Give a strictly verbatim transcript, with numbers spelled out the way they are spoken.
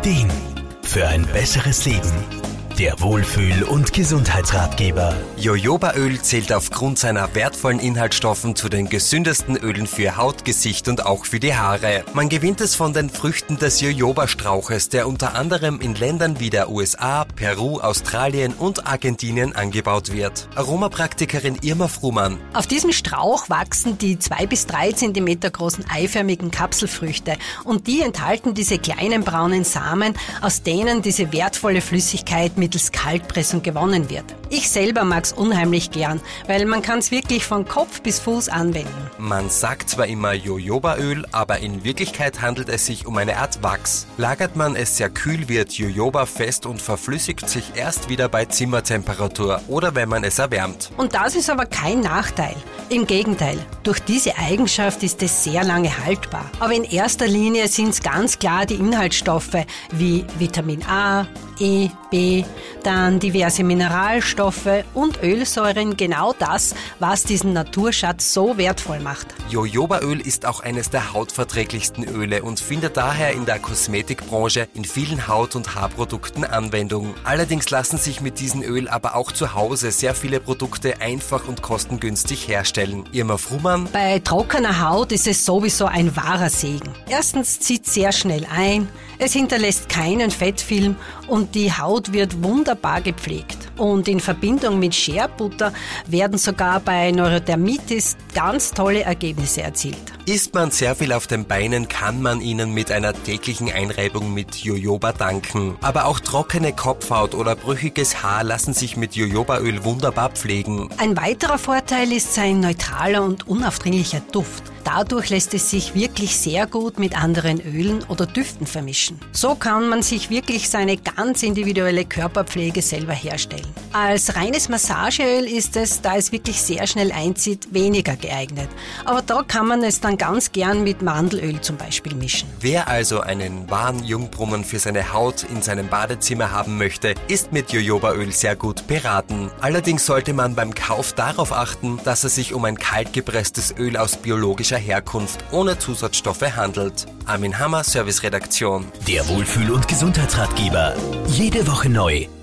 Ideen für ein besseres Leben. Der Wohlfühl- und Gesundheitsratgeber. Jojobaöl zählt aufgrund seiner wertvollen Inhaltsstoffen zu den gesündesten Ölen für Haut, Gesicht und auch für die Haare. Man gewinnt es von den Früchten des Jojobastrauches, der unter anderem in Ländern wie der U S A, Peru, Australien und Argentinien angebaut wird. Aromapraktikerin Irma Frumann. Auf diesem Strauch wachsen die zwei bis drei Zentimeter großen eiförmigen Kapselfrüchte und die enthalten diese kleinen braunen Samen, aus denen diese wertvolle Flüssigkeit mit mittels Kaltpressung gewonnen wird. Ich selber mag's unheimlich gern, weil man kann's wirklich von Kopf bis Fuß anwenden. Man sagt zwar immer Jojobaöl, aber in Wirklichkeit handelt es sich um eine Art Wachs. Lagert man es sehr kühl, wird Jojoba fest und verflüssigt sich erst wieder bei Zimmertemperatur oder wenn man es erwärmt. Und das ist aber kein Nachteil. Im Gegenteil, durch diese Eigenschaft ist es sehr lange haltbar. Aber in erster Linie sind's ganz klar die Inhaltsstoffe wie Vitamin A, E, B, dann diverse Mineralstoffe und Ölsäuren, genau das, was diesen Naturschatz so wertvoll macht. Jojobaöl ist auch eines der hautverträglichsten Öle und findet daher in der Kosmetikbranche in vielen Haut- und Haarprodukten Anwendung. Allerdings lassen sich mit diesem Öl aber auch zu Hause sehr viele Produkte einfach und kostengünstig herstellen. Irma Frumann. Bei trockener Haut ist es sowieso ein wahrer Segen. Erstens zieht sehr schnell ein, es hinterlässt keinen Fettfilm und die Haut wird wunderbar gepflegt. Und in Verbindung mit Shea Butter werden sogar bei Neurodermitis ganz tolle Ergebnisse erzielt. Isst man sehr viel auf den Beinen, kann man ihnen mit einer täglichen Einreibung mit Jojoba danken. Aber auch trockene Kopfhaut oder brüchiges Haar lassen sich mit Jojobaöl wunderbar pflegen. Ein weiterer Vorteil ist sein neutraler und unaufdringlicher Duft. Dadurch lässt es sich wirklich sehr gut mit anderen Ölen oder Düften vermischen. So kann man sich wirklich seine ganz individuelle Körperpflege selber herstellen. Als reines Massageöl ist es, da es wirklich sehr schnell einzieht, weniger geeignet. Aber da kann man es dann ganz gern mit Mandelöl zum Beispiel mischen. Wer also einen wahren Jungbrunnen für seine Haut in seinem Badezimmer haben möchte, ist mit Jojobaöl sehr gut beraten. Allerdings sollte man beim Kauf darauf achten, dass es sich um ein kaltgepresstes Öl aus biologischer Herkunft ohne Zusatzstoffe handelt. Armin Hammer, Serviceredaktion. Der Wohlfühl- und Gesundheitsratgeber. Jede Woche neu.